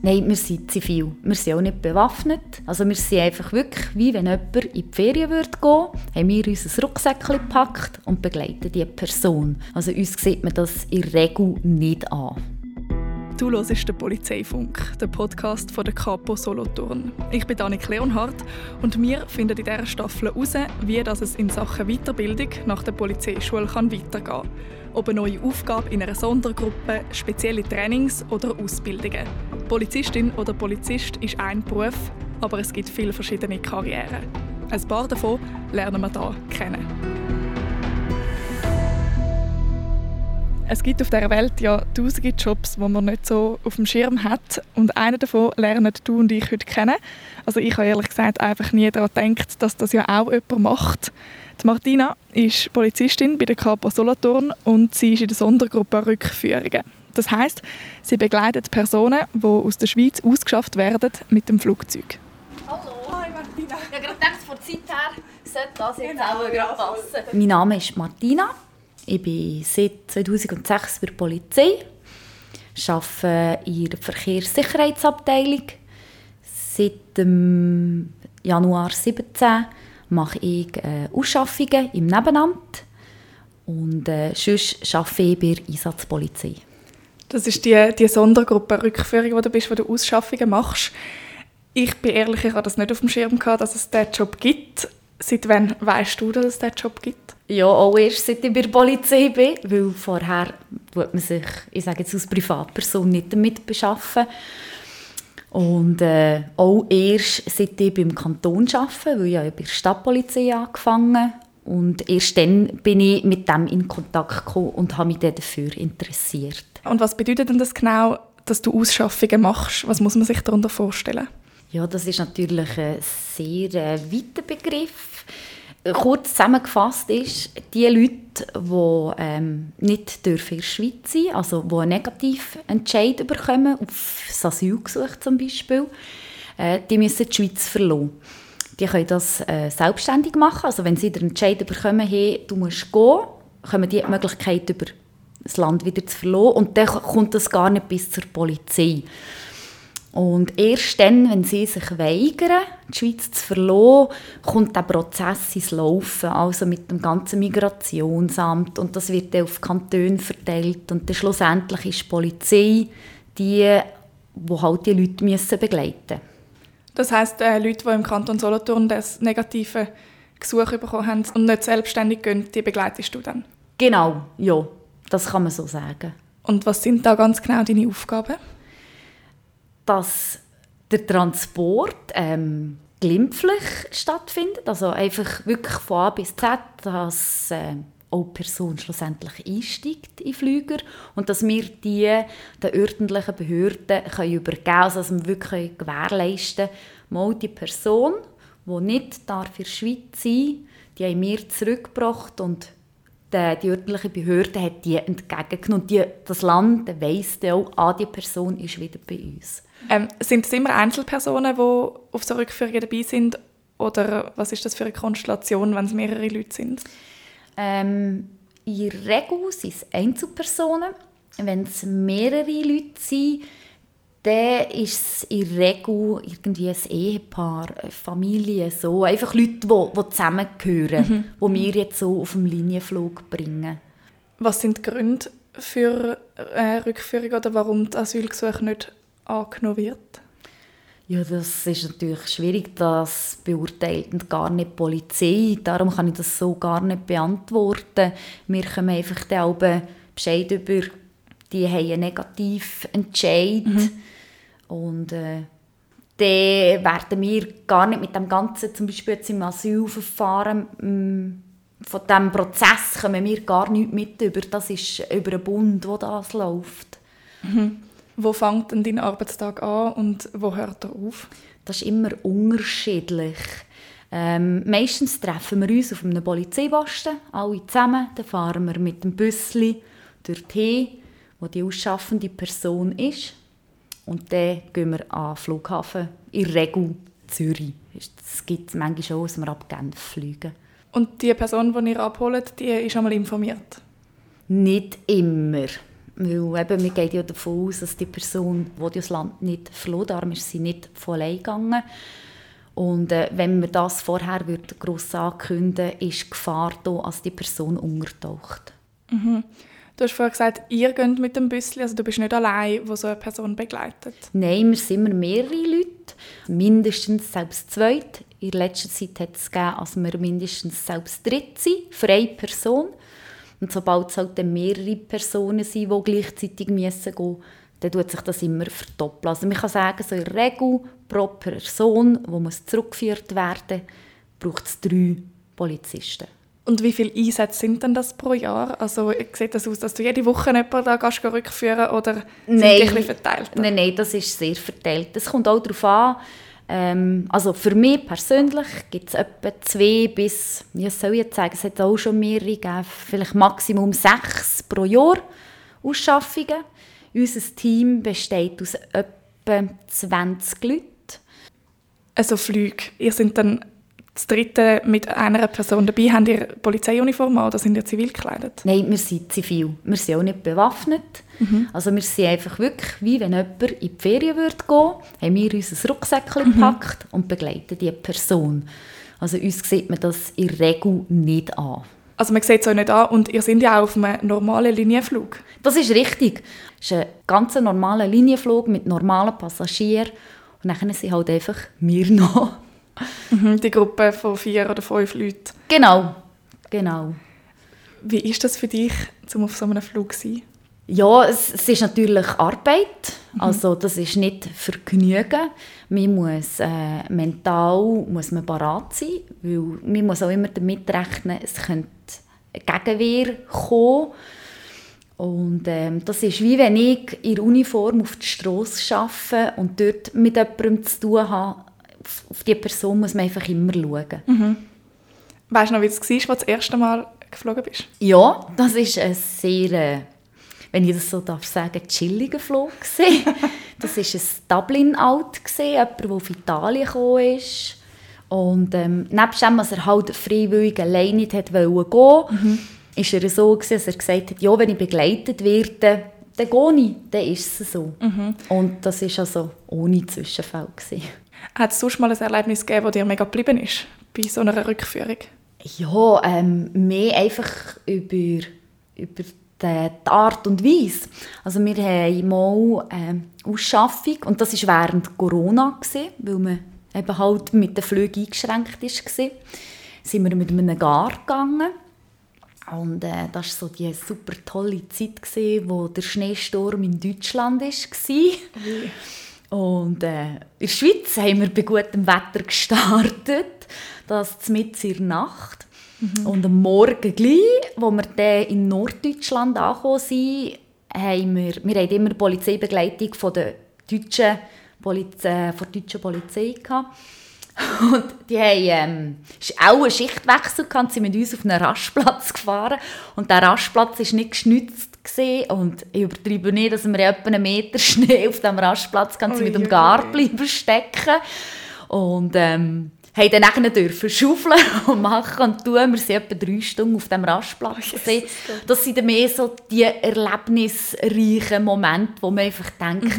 Nein, wir sind zivil. Wir sind auch nicht bewaffnet. Also wir sind einfach wirklich, wie wenn jemand in die Ferien gehen würde, haben wir unser Rucksäckchen gepackt und begleiten diese Person. Also uns sieht man das in der Regel nicht an. Du hörst den Polizeifunk, den Podcast von der Kapo Solothurn. Ich bin Annik Leonhardt und wir finden in dieser Staffel heraus, wie es in Sachen Weiterbildung nach der Polizeischule weitergehen kann. Ob eine neue Aufgabe in einer Sondergruppe, spezielle Trainings oder Ausbildungen. Polizistin oder Polizist ist ein Beruf, aber es gibt viele verschiedene Karrieren. Ein paar davon lernen wir hier kennen. Es gibt auf dieser Welt ja tausende Jobs, die man nicht so auf dem Schirm hat. Und einen davon lernen du und ich heute kennen. Also ich habe ehrlich gesagt einfach nie daran gedacht, dass das ja auch jemand macht. Die Martina ist Polizistin bei der Kapo Solothurn und sie ist in der Sondergruppe Rückführungen. Das heisst, sie begleitet Personen, die aus der Schweiz ausgeschafft werden mit dem Flugzeug. Hallo. Hi Martina. Ich habe gerade gedacht, von der Zeit her sollte das jetzt auch gerade passen. Mein Name ist Martina. Ich bin seit 2006 bei der Polizei. Ich arbeite in der Verkehrssicherheitsabteilung. Seit dem Januar 2017 mache ich Ausschaffungen im Nebenamt. Und sonst arbeite ich bei der Einsatzpolizei. Das ist die Sondergruppe Rückführung, wo du bist, wo du Ausschaffungen machst. Ich bin ehrlich, ich hatte das nicht auf dem Schirm gehabt, dass es diesen Job gibt. Seit wann weißt du, dass es diesen Job gibt? Ja, auch erst seit ich bei der Polizei bin, weil vorher tut man sich, ich sage jetzt als Privatperson, nicht damit beschaffen. Und auch erst seit ich beim Kanton arbeite, weil ich bei der Stadtpolizei angefangen habe. Und erst dann bin ich mit dem in Kontakt gekommen und habe mich dafür interessiert. Und was bedeutet denn das genau, dass du Ausschaffungen machst? Was muss man sich darunter vorstellen? Ja, das ist natürlich ein sehr weiter Begriff. Kurz zusammengefasst ist, die Leute, die nicht in der Schweiz sein dürfen, also die einen Negativentscheid bekommen, auf das Asylgesuch zum Beispiel, die müssen die Schweiz verlassen. Die können das selbstständig machen. Also wenn sie den Entscheid bekommen, hey, du musst gehen, haben die Möglichkeit, über das Land wieder zu verlassen. Und dann kommt das gar nicht bis zur Polizei. Und erst dann, wenn sie sich weigern, die Schweiz zu verlassen, kommt der Prozess ins Laufen, also mit dem ganzen Migrationsamt. Und das wird dann auf die Kantone verteilt. Und dann schlussendlich ist die Polizei die halt die Leute begleiten müssen. Das heisst, Leute, die im Kanton Solothurn das negative Gesuch bekommen haben und nicht selbstständig gehen, die begleitest du dann? Genau, ja, das kann man so sagen. Und was sind da ganz genau deine Aufgaben? Dass der Transport glimpflich stattfindet, also einfach wirklich von A bis Z, dass auch die Person schlussendlich einsteigt in Flüger und dass wir die den ordentlichen Behörden übergeben können, also dass wir wirklich gewährleisten, mal die Person, die nicht in der Schweiz sein darf, die haben wir zurückgebracht und die örtliche Behörde hat die entgegengenommen. Und das Land weiss auch, die Person ist wieder bei uns. Sind es immer Einzelpersonen, die auf so Rückführungen dabei sind? Oder was ist das für eine Konstellation, wenn es mehrere Leute sind? In der Regel sind es Einzelpersonen. Wenn es mehrere Leute sind, dann ist es in der Regel irgendwie ein Ehepaar, eine Familie, so. Einfach Leute, die zusammengehören, die wir jetzt so auf dem Linienflug bringen. Was sind die Gründe für Rückführung oder warum das Asylgesuch nicht angenommen wird? Ja, das ist natürlich schwierig, das beurteilt gar nicht die Polizei. Darum kann ich das so gar nicht beantworten. Wir können einfach dann Bescheid über, die haben einen Negativentscheid. Und dann werden wir gar nicht mit dem Ganzen, zum Beispiel jetzt im Asylverfahren, von diesem Prozess kommen wir gar nicht mit über. Das ist über einen Bund, wo das läuft. Wo fängt denn dein Arbeitstag an und wo hört er auf? Das ist immer unterschiedlich. Meistens treffen wir uns auf einem Polizeiposten, alle zusammen. Dann fahren wir mit dem Büssli dorthin, wo die ausschaffende Person ist. Und dann gehen wir an den Flughafen, in der Regel Zürich. Es gibt manchmal schon, dass wir ab Genf fliegen. Und die Person, die ihr abholt, die ist einmal informiert? Nicht immer. Weil eben, wir gehen ja davon aus, dass die Person, die das Land nicht verloren, darum ist sie nicht von allein gegangen. Und wenn wir das vorher gross ankündigen, ist die Gefahr da, dass die Person untertaucht. Mhm. Du hast vorhin gesagt, ihr geht mit dem Büssli, also du bist nicht allein, die so eine Person begleitet. Nein, wir sind immer mehrere Leute, mindestens selbst zweit. In letzter Zeit hat es gegeben, dass wir mindestens selbst dritt sind, für eine Person. Und sobald es halt mehrere Personen sind, die gleichzeitig gehen müssen, dann tut sich das immer verdoppeln. Also man kann sagen, so in der Regel pro Person, die zurückgeführt werden muss, braucht es 3 Polizisten. Und wie viele Einsätze sind denn das pro Jahr? Also sieht das aus, dass du jede Woche jemanden da rückführen oder sind die ein bisschen verteilt? Nein, das ist sehr verteilt. Es kommt auch darauf an, also für mich persönlich gibt es etwa 2 bis, wie soll ich jetzt sagen, es hat auch schon mehrere gegeben, vielleicht Maximum 6 pro Jahr Ausschaffungen. Unser Team besteht aus etwa 20 Leuten. Also Flüge. Ihr seid dann das dritte mit einer Person dabei. Habt ihr Polizeiuniform an oder sind ihr zivil gekleidet? Nein, wir sind zivil. Wir sind auch nicht bewaffnet. Also wir sind einfach wirklich, wie wenn jemand in die Ferien würde gehen, haben wir unser Rucksäckchen gepackt und begleiten die Person. Also uns sieht man das in der Regel nicht an. Also man sieht es euch nicht an und ihr seid ja auch auf einem normalen Linienflug. Das ist richtig. Es ist ein ganz normaler Linienflug mit normalen Passagieren. Und dann sind halt einfach wir noch. Die Gruppe von 4 oder 5 Leuten. Genau. Wie ist das für dich, um auf so einem Flug zu sein? Ja, es ist natürlich Arbeit. Also das ist nicht Vergnügen. Man muss mental parat sein, weil man muss auch immer damit rechnen, es könnte eine Gegenwehr kommen. Und das ist wie wenn ich in der Uniform auf der Strasse arbeite und dort mit jemandem zu tun habe. Auf diese Person muss man einfach immer schauen. Weißt du noch, wie es war, als du das erste Mal geflogen bist? Ja, das ist ein sehr, wenn ich das so sagen darf, chilliger Flug. Das war ein Dublin-Out, jemand, der auf Italien gekommen ist. Und nebst dem, dass er halt freiwillig alleine nicht gehen wollte, war er so, dass er gesagt hat, ja, wenn ich begleitet werde, dann gehe ich, dann ist es so. Und das war also ohne Zwischenfall. Hat es sonst mal ein Erlebnis gegeben, das dir mega geblieben ist, bei so einer Rückführung? Ja, mehr einfach über die Art und Weise. Also wir haben mal Ausschaffung, und das war während Corona, weil man eben halt mit den Flügen eingeschränkt war. Sind wir mit einem Gar gegangen. Und das war so die super tolle Zeit, wo der Schneesturm in Deutschland war. Und in der Schweiz haben wir bei gutem Wetter gestartet, das mitten in der Nacht. Und am Morgen gleich, als wir dann in Norddeutschland angekommen sind, haben wir immer Polizeibegleitung von der deutschen Polizei gehabt. Und die haben auch einen Schichtwechsel gehabt, sie mit uns auf einen Rastplatz gefahren. Und der Rastplatz war nicht geschnitzt. Und ich übertreibe nicht, dass wir etwa einen Meter Schnee auf diesem Rastplatz mit dem Gar bleiben stecken. Und haben dann nachher schaufeln und machen und tun. Wir sind etwa 3 Stunden auf diesem Rastplatz. Das sind dann mehr so die erlebnisreichen Momente, wo man einfach denkt,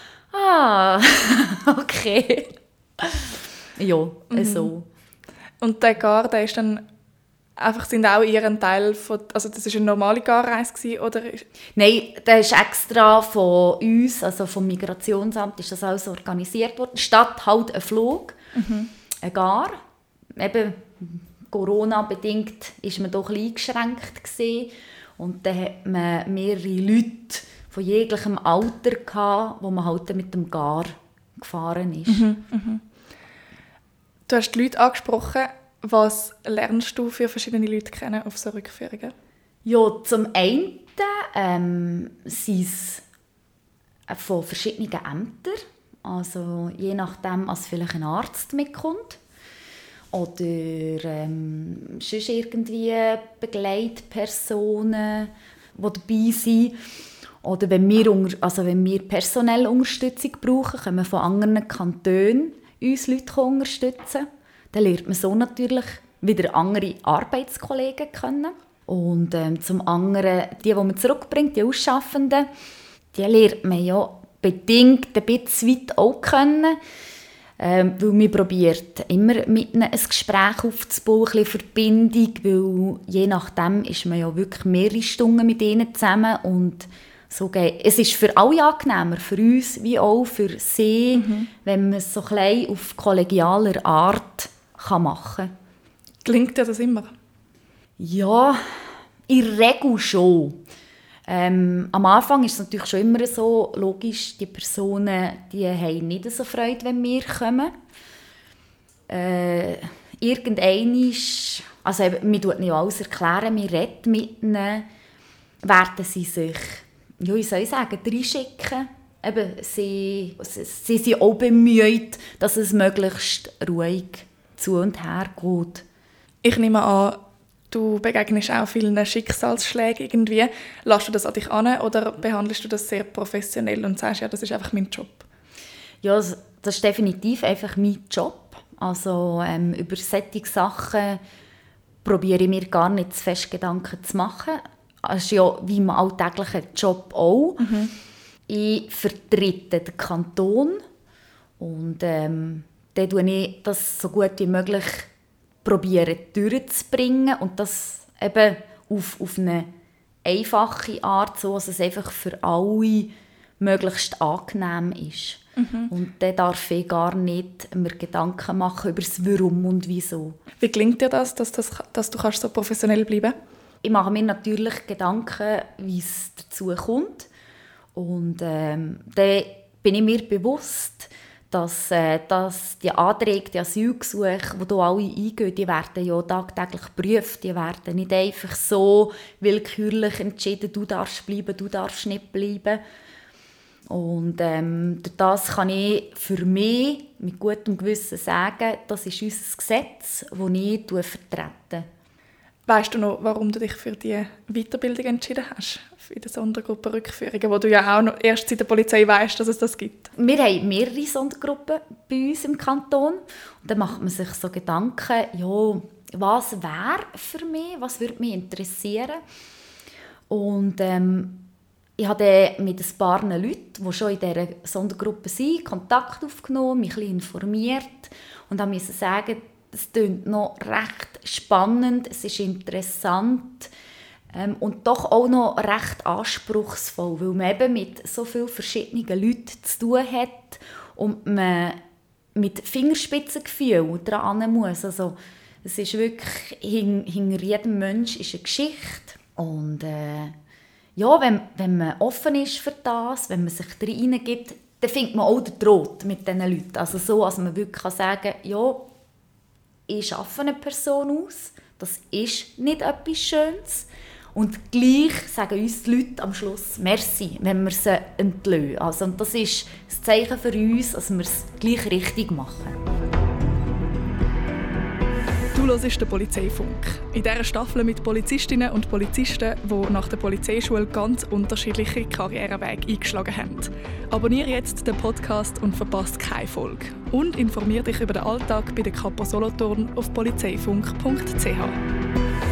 okay. Ja, so. Und der Gar, der ist dann einfach, sind auch ihren Teil von, also das war eine normale Garreise, oder? Nein, das ist extra von uns, also vom Migrationsamt, ist das alles organisiert worden. Statt halt ein Flug, ein Gar. Eben Corona-bedingt war man doch eingeschränkt gewesen. Und dann hat man mehrere Leute von jeglichem Alter gehabt, wo man halt mit dem Gar gefahren ist. Du hast die Leute angesprochen. Was lernst du für verschiedene Leute kennen auf so Rückführungen? Ja, zum einen sind es von verschiedenen Ämtern. Also je nachdem, als vielleicht ein Arzt mitkommt. Oder sonst irgendwie Begleitpersonen, die dabei sind. Oder wenn wir personelle Unterstützung brauchen, können wir von anderen Kantonen uns Leute unterstützen. Dann lernt man so natürlich wieder andere Arbeitskollegen kennen. Und zum anderen, die man zurückbringt, die Ausschaffenden, die lernt man ja bedingt ein bisschen weit auch kennen. Weil man probiert immer mit ihnen ein Gespräch aufzubauen, ein bisschen Verbindung, weil je nachdem ist man ja wirklich mehrere Stunden mit ihnen zusammen und so geht. Es ist für alle angenehmer, für uns wie auch für sie, wenn man es so klein auf kollegialer Art machen kann. Gelingt dir das immer? Ja, in der Regel schon. Am Anfang ist es natürlich schon immer so, logisch, die Personen die haben nicht so Freude, wenn wir kommen. Irgendwann, also wir tun nicht alles erklären, wir reden mit ihnen, werden sie sich, ja, wie soll ich sagen, reinschicken. Eben, sie sind auch bemüht, dass es möglichst ruhig zu und her geht. Ich nehme an, du begegnest auch vielen Schicksalsschlägen irgendwie. Lässt du das an dich an oder behandelst du das sehr professionell und sagst, ja, das ist einfach mein Job? Ja, das ist definitiv einfach mein Job. Also über solche Sachen probiere ich mir gar nicht zu fest Gedanken zu machen. Das ist ja wie im alltäglichen Job auch. Ich vertrete den Kanton und dann probiere ich das so gut wie möglich durchzubringen und das eben auf eine einfache Art, so dass es einfach für alle möglichst angenehm ist. Und dann darf ich gar nicht mir Gedanken machen über das Warum und Wieso. Wie gelingt dir das, dass du kannst so professionell bleiben kannst? Ich mache mir natürlich Gedanken, wie es dazu kommt. Und dann bin ich mir bewusst, dass die Anträge, die Asylgesuche, die hier alle eingehen, die werden ja tagtäglich geprüft. Die werden nicht einfach so willkürlich entschieden, du darfst bleiben, du darfst nicht bleiben. Und durch das kann ich für mich mit gutem Gewissen sagen, das ist unser Gesetz, das ich vertrete. Weißt du noch, warum du dich für die Weiterbildung entschieden hast? Für die Sondergruppenrückführungen, wo du ja auch noch erst seit der Polizei weißt, dass es das gibt? Wir haben mehrere Sondergruppen bei uns im Kanton. Und dann macht man sich so Gedanken, ja, was wäre für mich, was würde mich interessieren? Und ich habe mit ein paar Leuten, die schon in dieser Sondergruppe sind, Kontakt aufgenommen, mich ein bisschen informiert und musste sagen, es klingt noch recht spannend, es ist interessant und doch auch noch recht anspruchsvoll, weil man eben mit so vielen verschiedenen Leuten zu tun hat und man mit Fingerspitzengefühl daran muss. Also, es ist wirklich, hinter jedem Mensch ist eine Geschichte und ja, wenn man offen ist für das, wenn man sich da reingibt, dann findet man auch den Draht mit diesen Leuten. Also so, dass man wirklich sagen kann, ja, ich arbeite eine Person aus, das ist nicht etwas Schönes. Und gleich sagen uns die Leute am Schluss «Merci», wenn wir sie entlösen. Also, und das ist das Zeichen für uns, dass wir es gleich richtig machen. Du hörst den Polizeifunk. In dieser Staffel mit Polizistinnen und Polizisten, die nach der Polizeischule ganz unterschiedliche Karrierewege eingeschlagen haben. Abonniere jetzt den Podcast und verpasst keine Folge. Und informiere dich über den Alltag bei der Kapo Solothurn auf polizeifunk.ch.